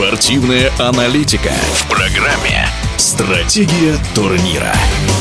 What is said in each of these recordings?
Спортивная аналитика в программе «Стратегия турнира».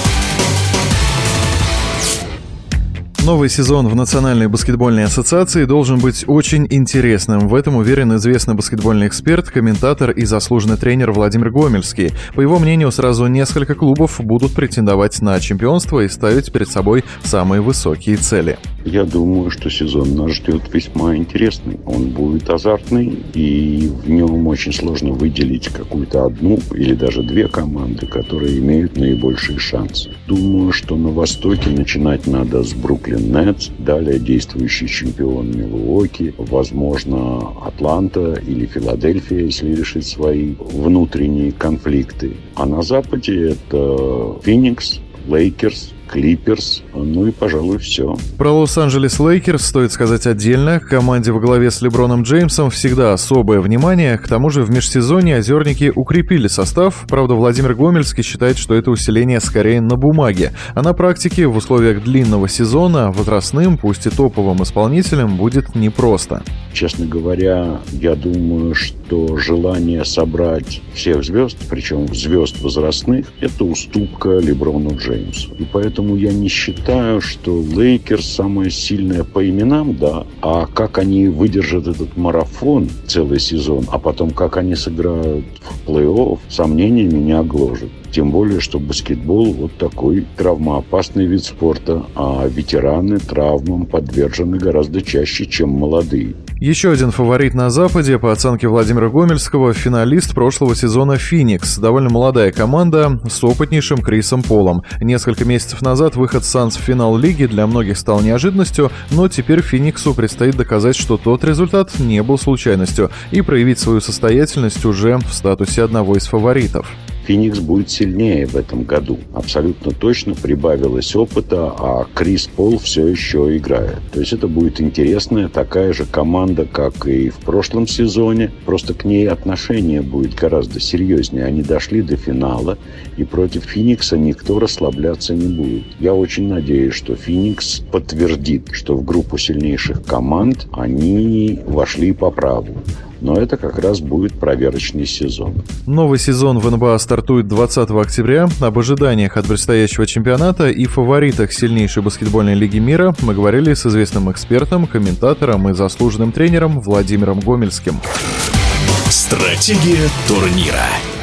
Новый сезон в Национальной баскетбольной ассоциации должен быть очень интересным. В этом уверен известный баскетбольный эксперт, комментатор и заслуженный тренер Владимир Гомельский. По его мнению, сразу несколько клубов будут претендовать на чемпионство и ставить перед собой самые высокие цели. Я думаю, что сезон нас ждет весьма интересный. Он будет азартный, и в нем очень сложно выделить какую-то одну или даже две команды, которые имеют наибольшие шансы. Думаю, что на Востоке начинать надо с Бруклин Нетс, далее действующий чемпион Милуоки, возможно, Атланта или Филадельфия, если решит свои внутренние конфликты. А на Западе это Феникс, Лейкерс, Клиперс, ну и, пожалуй, все. Про Лос-Анджелес Лейкерс стоит сказать отдельно. К команде во главе с Леброном Джеймсом всегда особое внимание. К тому же в межсезонье озерники укрепили состав. Правда, Владимир Гомельский считает, что это усиление скорее на бумаге. А на практике в условиях длинного сезона возрастным, пусть и топовым исполнителям будет непросто. Честно говоря, я думаю, что желание собрать всех звезд, причем звезд возрастных, это уступка Леброну Джеймсу. И поэтому я не считаю, что Лейкерс самая сильная по именам, да, а как они выдержат этот марафон целый сезон, а потом как они сыграют в плей-офф, сомнения меня гложат. Тем более, что баскетбол вот такой травмоопасный вид спорта, а ветераны травмам подвержены гораздо чаще, чем молодые. Еще один фаворит на Западе, по оценке Владимира Гомельского, финалист прошлого сезона «Феникс». Довольно молодая команда с опытнейшим Крисом Полом. Несколько месяцев назад выход «Санс» в финал лиги для многих стал неожиданностью, но теперь «Фениксу» предстоит доказать, что тот результат не был случайностью, и проявить свою состоятельность уже в статусе одного из фаворитов. Феникс будет сильнее в этом году. Абсолютно точно прибавилось опыта, а Крис Пол все еще играет. То есть это будет интересная такая же команда, как и в прошлом сезоне. Просто к ней отношение будет гораздо серьезнее. Они дошли до финала, и против Феникса никто расслабляться не будет. Я очень надеюсь, что Феникс подтвердит, что в группу сильнейших команд они вошли по праву. Но это как раз будет проверочный сезон. Новый сезон в НБА стартует 20 октября. Об ожиданиях от предстоящего чемпионата и фаворитах сильнейшей баскетбольной лиги мира мы говорили с известным экспертом, комментатором и заслуженным тренером Владимиром Гомельским. Стратегия турнира.